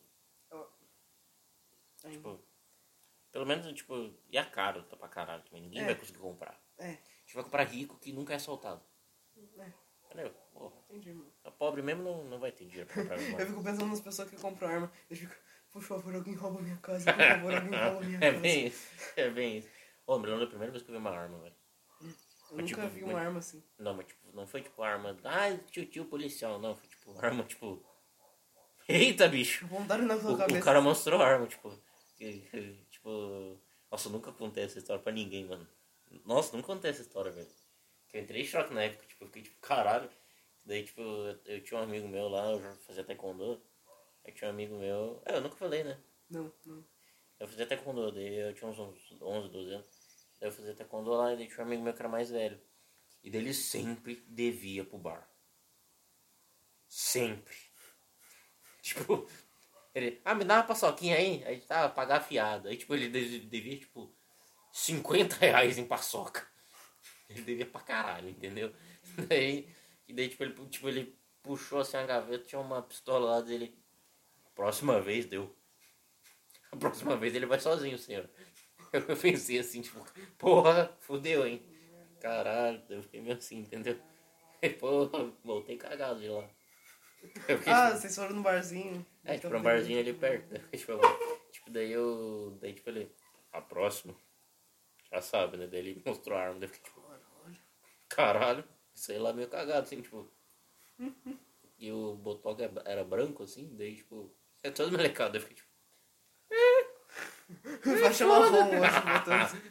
S2: aí,
S1: tipo... Pelo menos, tipo... E é caro, tá pra caralho também. Ninguém
S2: É.
S1: vai conseguir comprar.
S2: é,
S1: A gente vai comprar rico que nunca é assaltado.
S2: é,
S1: Entendeu? Porra.
S2: entendi, mano.
S1: A pobre mesmo não, não vai ter dinheiro pra comprar uma
S2: Eu fico pensando nas pessoas que compram arma. Eu fico, por favor, alguém rouba minha casa, por favor, alguém rouba minha
S1: É
S2: casa.
S1: bem isso. É bem isso. Ô, me lembro da primeira vez que eu vi uma arma, velho.
S2: Eu
S1: Mas,
S2: nunca
S1: tipo,
S2: vi uma
S1: mas-
S2: arma assim.
S1: Não, mas tipo, não foi tipo arma. Ah, tio, tio policial. Não, foi tipo arma, tipo. Eita, bicho!
S2: Vão dar na sua
S1: O,
S2: cabeça.
S1: o cara mostrou a arma, tipo. que- que- Tipo. Nossa, eu nunca contei essa história pra ninguém, mano. Nossa, nunca contei essa história, velho. Que eu entrei em choque na época, tipo, eu fiquei tipo, caralho. Daí, tipo, eu, eu tinha um amigo meu lá, eu já fazia taekwondo. Aí tinha um amigo meu. É, eu nunca falei, né?
S2: Não, não.
S1: Eu fazia taekwondo, daí eu tinha uns onze, doze anos. Daí eu fazia taekwondo lá e daí tinha um amigo meu que era mais velho. E daí ele sempre devia pro bar. Sempre. Tipo, ele, ah, me dá uma paçoquinha aí. Aí tá, pagar a fiada. Aí tipo, ele de- devia, tipo, cinquenta reais em paçoca. Ele devia pra caralho, entendeu? Daí, e daí tipo, ele, tipo, ele puxou assim a gaveta, tinha uma pistola lá dele. Próxima vez deu. A próxima vez ele vai sozinho, senhor. Eu pensei assim, tipo, porra, fudeu, hein? Caralho, eu fiquei meio assim, entendeu? E, porra, voltei cagado de lá. Eu fiquei,
S2: Ah,
S1: tipo,
S2: vocês foram no barzinho.
S1: é, tipo, um barzinho ali perto. Daí, tipo, tipo, daí eu. Daí, tipo, ele. A próxima. Já sabe, né? Daí ele mostrou a arma. Daí eu fiquei, tipo, caralho. Sei lá, meio cagado, assim, tipo. E o botox era branco, assim. Daí, tipo. É todo melecado. Daí eu fiquei, tipo.
S2: Faixa marrom hoje, botando.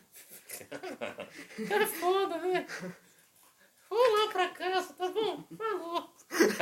S1: É foda, né? Vamos lá pra casa, tá bom? Falou.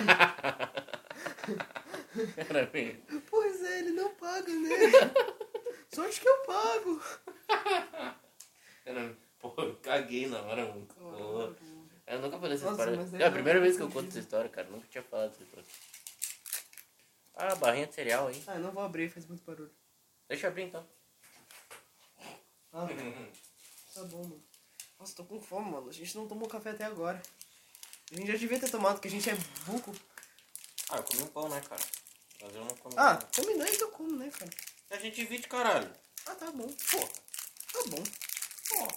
S1: Cara, velho.
S2: Pois é, ele não paga, né? Sorte que eu pago.
S1: Cara, pô, eu caguei na hora, mano. Pô. Eu nunca falei essa
S2: Nossa,
S1: história.
S2: mas aí
S1: É a
S2: não
S1: primeira
S2: é
S1: vez que eu
S2: muito
S1: conto essa
S2: sentido.
S1: história, cara. Nunca tinha falado essa história. Ah, barrinha de cereal aí.
S2: Ah, eu não vou abrir, faz muito barulho.
S1: Deixa eu abrir então.
S2: Ah, tá bom, mano. Nossa, tô com fome, mano. A gente não tomou café até agora. A gente já devia ter tomado, porque a gente é buco.
S1: Ah, eu comi um pão, né, cara? Mas eu não comi.
S2: Ah, come nós que eu como, né, cara?
S1: A gente divide, caralho.
S2: Ah, tá bom.
S1: Pô.
S2: Tá bom.
S1: Pô.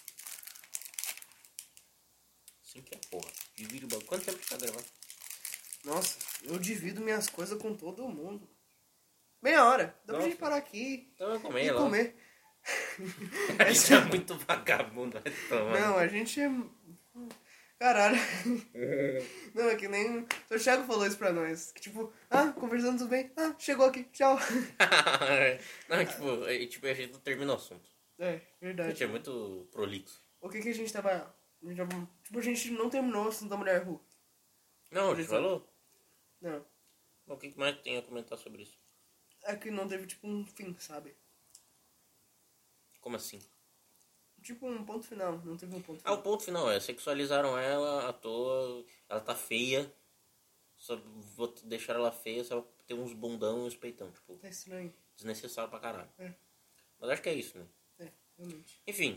S1: Sim que é porra. Divide o bagulho. Quanto tempo que tá gravando?
S2: Nossa, eu divido minhas coisas com todo mundo. Meia hora. Dá pra
S1: Nossa.
S2: gente parar aqui
S1: Então eu comi
S2: e
S1: lá.
S2: comer.
S1: A gente é muito vagabundo, vai tomar.
S2: Não, a gente é... Caralho. Não, é que nem... O Thiago falou isso pra nós. Que tipo, ah, conversando tudo bem. Ah, chegou aqui, tchau.
S1: Não, tipo, é, tipo, a gente não termina o assunto.
S2: É,
S1: A
S2: verdade.
S1: gente é muito prolixo.
S2: O que que a gente tava... a gente tava- Tipo, a gente não terminou o assunto da mulher Ru.
S1: Não, a gente falou?
S2: Não.
S1: O que mais tem a comentar sobre isso?
S2: É que não teve, tipo, um fim, sabe?
S1: Como assim?
S2: Tipo, um ponto final. Não teve um ponto
S1: Ah,
S2: final.
S1: o ponto final é, sexualizaram ela à toa, ela tá feia, só vou deixar ela feia só pra ter uns bundão e uns peitão, tipo,
S2: Tá estranho.
S1: desnecessário pra caralho.
S2: É.
S1: Mas acho que é isso, né?
S2: É, realmente.
S1: Enfim.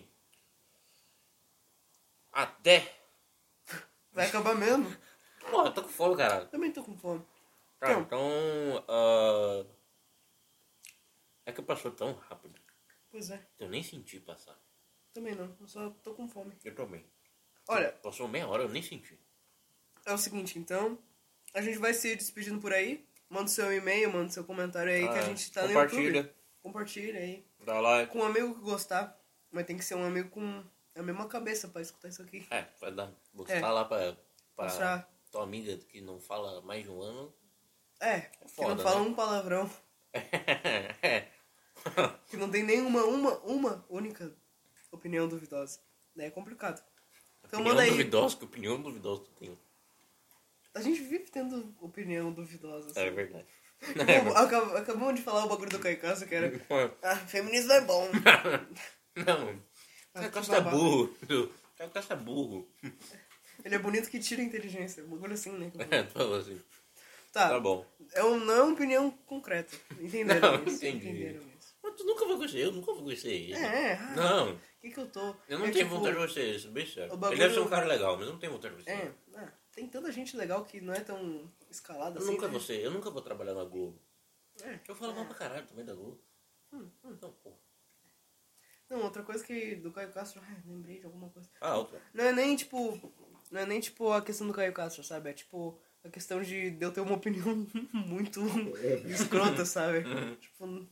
S1: Até.
S2: Vai acabar mesmo?
S1: Porra, eu tô com fome, caralho.
S2: Também tô com fome.
S1: Tá,
S2: Então.
S1: então. ah, É que passou tão rápido
S2: Pois é.
S1: que eu nem senti passar.
S2: Também não. Eu só tô com fome.
S1: Eu também.
S2: Olha,
S1: Passou meia hora, eu nem senti.
S2: é o seguinte, então. A gente vai se despedindo por aí. Manda o seu e-mail, manda o seu comentário aí que a
S1: Ah,
S2: gente tá no
S1: compartilha.
S2: YouTube. Compartilha aí.
S1: Dá like.
S2: Com um amigo que gostar. Mas tem que ser um amigo com a mesma cabeça pra escutar isso aqui.
S1: É, vai dar. Vou
S2: É.
S1: falar pra, pra
S2: Mostrar.
S1: tua amiga que não fala mais de um ano.
S2: É, que
S1: foda,
S2: não fala
S1: né?
S2: um palavrão.
S1: É.
S2: Que não tem nenhuma, uma, uma única opinião duvidosa. Daí é complicado. Então
S1: Opinião
S2: manda aí.
S1: duvidosa, que opinião duvidosa tu tem.
S2: A gente vive tendo opinião duvidosa. Assim.
S1: É verdade.
S2: Tipo, acab- acabamos de falar o bagulho do Caio Castro, que era... Ah, feminismo é bom.
S1: Não.
S2: Ah,
S1: Caio
S2: que
S1: Castro é
S2: babaca.
S1: burro. Caio Castro é burro.
S2: Ele é bonito que tira a inteligência. Um bagulho assim, né?
S1: É, tu falou assim.
S2: Tá.
S1: Tá bom.
S2: É um, não é uma opinião concreta. Entenderam
S1: Não,
S2: isso?
S1: entendi.
S2: Entenderam isso.
S1: Mas tu nunca vai conhecer, eu nunca vou conhecer ele.
S2: É, ah,
S1: Não,
S2: O que que eu tô...
S1: eu não
S2: é,
S1: tenho
S2: tipo,
S1: vontade de conhecer ele, isso é bem sério.
S2: o bagulho-
S1: Ele deve ser um cara legal, mas eu não tenho vontade de conhecer
S2: É,
S1: ele.
S2: ah, tem tanta gente legal que não é tão escalada
S1: Eu
S2: assim.
S1: nunca
S2: né?
S1: vou ser, eu nunca vou trabalhar na Globo.
S2: É.
S1: Eu falo mal pra caralho também da Globo.
S2: Hum, hum.
S1: Não, porra.
S2: Não, outra coisa que do Caio Castro, ai, lembrei de alguma coisa.
S1: Ah, outra.
S2: Não é nem tipo. Não é nem tipo a questão do Caio Castro, sabe? É tipo a questão de, de eu ter uma opinião muito escrota, sabe? Tipo.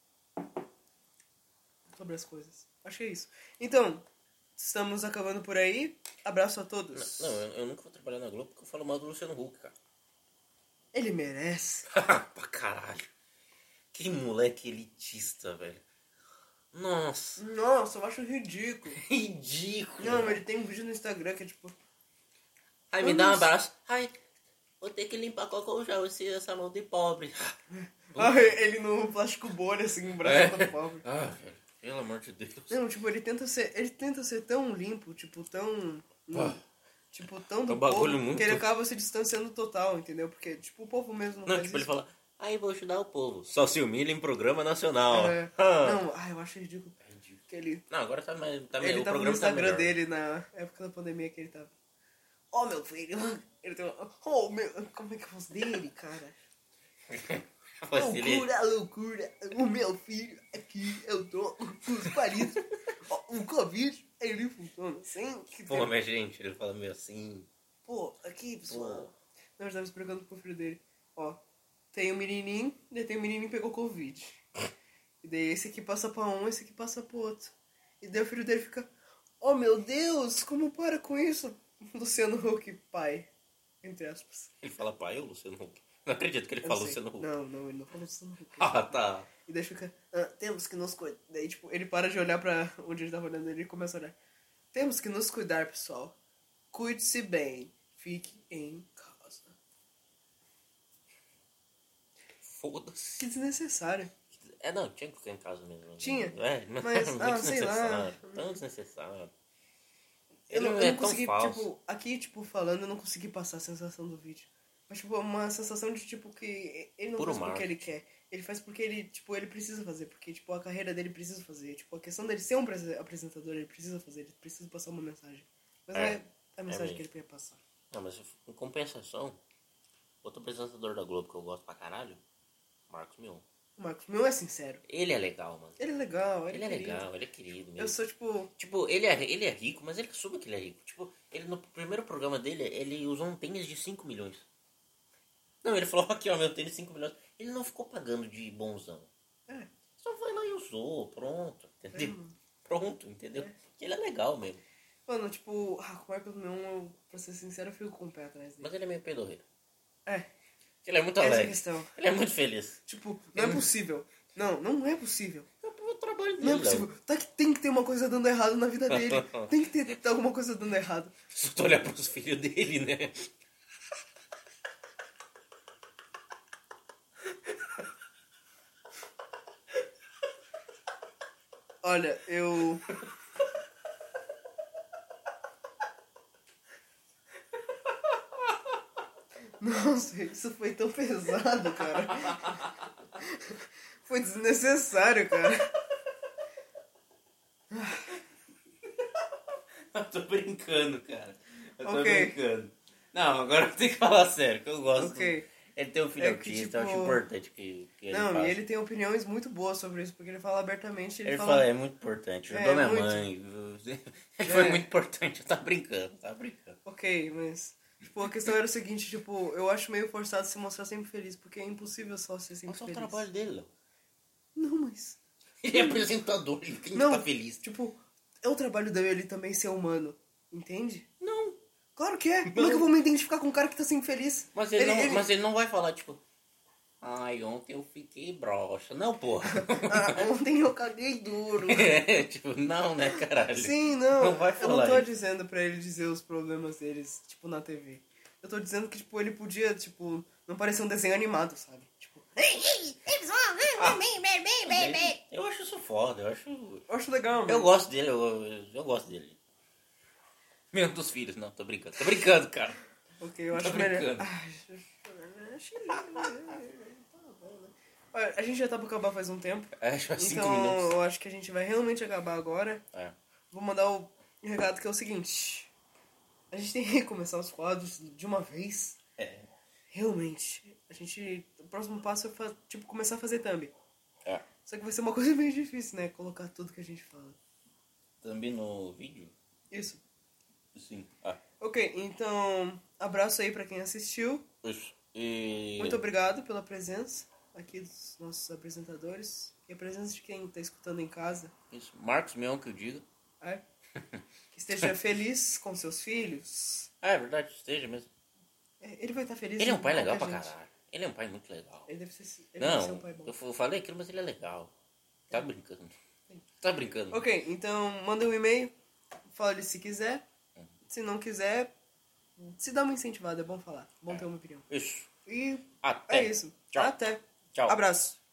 S2: Sobre as coisas. Acho que é isso. Então, estamos acabando por aí. Abraço a todos.
S1: Não, eu, eu nunca vou trabalhar na Globo porque eu falo mal do Luciano Huck, cara.
S2: Ele merece.
S1: Pra caralho. Que moleque elitista, velho. Nossa.
S2: Nossa, eu acho ridículo.
S1: Ridículo.
S2: Não, mas ele tem um vídeo no Instagram que é tipo.
S1: Ai, me dá um abraço. Ai, vou ter que limpar cocô já, esse- essa mão de pobre.
S2: Ah, ele no plástico bolha, assim, o braço todo pobre.
S1: Ah, velho. Pelo amor de Deus.
S2: Não, tipo, ele tenta ser. Ele tenta ser tão limpo, tipo, tão.
S1: Ah.
S2: Tipo, tão do
S1: É um bagulho
S2: povo
S1: muito-
S2: que ele acaba se distanciando total, entendeu? Porque, tipo, o povo mesmo não,
S1: Não,
S2: faz
S1: tipo, ele
S2: isso.
S1: fala, ai, vou ajudar o povo. Só se humilha em programa nacional.
S2: É.
S1: Ah.
S2: Não, ai, eu acho ridículo.
S1: É ridículo.
S2: Que ele.
S1: Não, agora tá mais. Tá
S2: Ele
S1: meio, o
S2: tava no
S1: programa tá
S2: Instagram
S1: melhor.
S2: dele na época da pandemia que ele tava. Oh, meu filho! Ele tem uma. Oh, meu. Como é que é a voz dele, cara?
S1: Mas ele-
S2: Loucura, loucura! O meu filho aqui, eu tô com os palitos. Ó, o Covid, ele funciona assim. Que
S1: Pô,
S2: tem-
S1: mas gente, ele fala meio assim.
S2: Pô, aqui, pessoal.
S1: Pô.
S2: Não, eu tava explicando pro filho dele. Ó, tem um menininho, daí tem um menininho que pegou Covid. E daí esse aqui passa pra um, esse aqui passa pro outro. E daí o filho dele fica, oh meu Deus, como para com isso? Luciano Huck, pai. Entre aspas.
S1: Ele fala pai ou Luciano Huck? Não acredito que ele
S2: Eu
S1: falou
S2: não sei.
S1: Luciano Huck.
S2: Não, não, ele não falou Luciano Huck.
S1: Ah, tá.
S2: E daí fica, ah, temos que nos cuidar. Daí, tipo, ele para de olhar pra onde ele tava olhando e ele começa a olhar. Temos que nos cuidar, pessoal. Cuide-se bem. Fique em casa.
S1: Foda-se.
S2: Que desnecessário.
S1: É, não, tinha que ficar em casa mesmo. né?
S2: Tinha,
S1: É,
S2: mas,
S1: muito
S2: ah, sei lá.
S1: desnecessário. Tão desnecessário.
S2: Eu
S1: Ele
S2: não,
S1: não
S2: eu
S1: é
S2: não
S1: tão
S2: consegui,
S1: falso.
S2: tipo, aqui, tipo, falando, eu não consegui passar a sensação do vídeo. Mas, tipo, uma sensação de, tipo, que ele não
S1: Puro
S2: faz porque ele
S1: marketing.
S2: quer. Ele faz porque ele, tipo, ele precisa fazer. Porque, tipo, a carreira dele precisa fazer. Tipo, a questão dele ser um prese- apresentador, ele precisa fazer. Ele precisa passar uma mensagem. Mas
S1: É,
S2: é, a mensagem
S1: mesmo.
S2: que ele quer passar.
S1: Não, mas em compensação, outro apresentador da Globo que eu gosto pra caralho, Marcos Mion.
S2: O Marcos Mion é sincero.
S1: Ele é legal, mano.
S2: Ele é legal, ele,
S1: Ele é
S2: querido.
S1: legal, ele é querido mesmo.
S2: Eu sou, tipo...
S1: Tipo, ele é, ele é rico, mas ele assume que ele é rico. Tipo, ele no primeiro programa dele, ele usou um tênis de cinco milhões. Não, ele falou, aqui ó, meu tênis cinco milhões. Ele não ficou pagando de bonzão.
S2: É.
S1: Só foi lá e usou, pronto, entendeu?
S2: É, mano.
S1: Pronto, entendeu?
S2: É.
S1: Que ele é legal mesmo.
S2: Mano, tipo, ah, com o Marcos Mion, eu, pra ser sincero, eu fico com o pé atrás dele.
S1: Mas ele é meio pedorreiro.
S2: É,
S1: Ele é muito
S2: essa é a
S1: alegre.
S2: questão.
S1: Ele é muito feliz.
S2: Tipo, não é possível. Não, não é possível.
S1: É o trabalho dele.
S2: Não é possível. Tá que tem que ter uma coisa dando errado na vida dele. Tem que ter alguma coisa dando errado.
S1: Se tu olhar pros filhos dele, né?
S2: Olha, eu... Nossa, isso foi tão pesado, cara. Foi desnecessário, cara.
S1: Eu tô brincando, cara. Eu tô
S2: Ok.
S1: brincando. Não, agora eu tenho que falar sério, que eu gosto.
S2: Ok.
S1: Ele tem um filho
S2: É que,
S1: autista, eu acho
S2: tipo,
S1: importante que, que ele
S2: Não,
S1: faça.
S2: e ele tem opiniões muito boas sobre isso, porque ele fala abertamente, ele,
S1: Ele
S2: fala...
S1: fala, é muito importante, ajudou
S2: É,
S1: minha
S2: muito.
S1: mãe. viu? Ele foi
S2: É.
S1: muito importante, eu tava brincando, tava brincando.
S2: Ok, mas... Tipo, a questão era o seguinte, tipo, eu acho meio forçado se mostrar sempre feliz, porque é impossível só ser sempre
S1: Mas é o
S2: feliz.
S1: trabalho dele, Léo.
S2: Não, mas...
S1: Ele é apresentador, ele tem que
S2: Não,
S1: estar feliz.
S2: tipo, é o trabalho dele também ser humano, entende?
S1: Não.
S2: Claro que é. Como é que eu vou me identificar com um cara que tá sempre feliz?
S1: Mas ele, não, mas ele não vai falar, tipo... Ai, ontem eu fiquei broxa. Não, porra.
S2: Ah, ontem eu caguei duro.
S1: É, tipo, não, né, caralho?
S2: Sim, não.
S1: Não vai
S2: eu não
S1: falar
S2: tô
S1: isso.
S2: dizendo pra ele dizer os problemas deles, tipo, na T V. Eu tô dizendo que, tipo, ele podia, tipo, não parecer um desenho animado, sabe? Tipo,
S1: Eu acho isso foda, eu acho...
S2: eu acho legal, mano.
S1: Eu gosto dele, eu, eu gosto dele. Mesmo dos filhos, não, tô brincando. Tô brincando, cara.
S2: Ok, eu acho
S1: Tô
S2: melhor.
S1: brincando.
S2: Ai, achei lindo. Olha, a gente já tá pra acabar faz um tempo.
S1: É, acho que faz cinco
S2: Então,
S1: minutos.
S2: eu acho que a gente vai realmente acabar agora.
S1: É.
S2: Vou mandar o recado que é o seguinte. A gente tem que começar os quadros de uma vez.
S1: É.
S2: Realmente. A gente... O próximo passo é, fa- tipo, começar a fazer thumb.
S1: É.
S2: Só que vai ser uma coisa meio difícil, né? Colocar tudo que a gente fala.
S1: Também no vídeo?
S2: Isso.
S1: Sim. Ah,
S2: Ok, então... Abraço aí pra quem assistiu.
S1: isso. E...
S2: Muito obrigado pela presença aqui dos nossos apresentadores. E a presença de quem tá escutando em casa.
S1: Isso. Marcos Mion, que eu digo.
S2: É? Que esteja feliz com seus filhos.
S1: Ah, é verdade, esteja mesmo.
S2: É, ele vai estar feliz.
S1: Ele é um
S2: com
S1: pai legal pra
S2: qualquer gente.
S1: caralho. Ele é um pai muito legal.
S2: Ele deve ser, ele deve ser um
S1: Não,
S2: pai bom.
S1: eu f- eu falei aquilo, mas ele é legal. Tá brincando. Tá brincando.
S2: Ok, então manda um e-mail. Fale se quiser. Se não quiser, se dá uma incentivada. É bom falar. Bom ter uma opinião.
S1: Isso.
S2: E
S1: Até.
S2: é isso.
S1: Tchau.
S2: Até.
S1: Tchau.
S2: Abraço.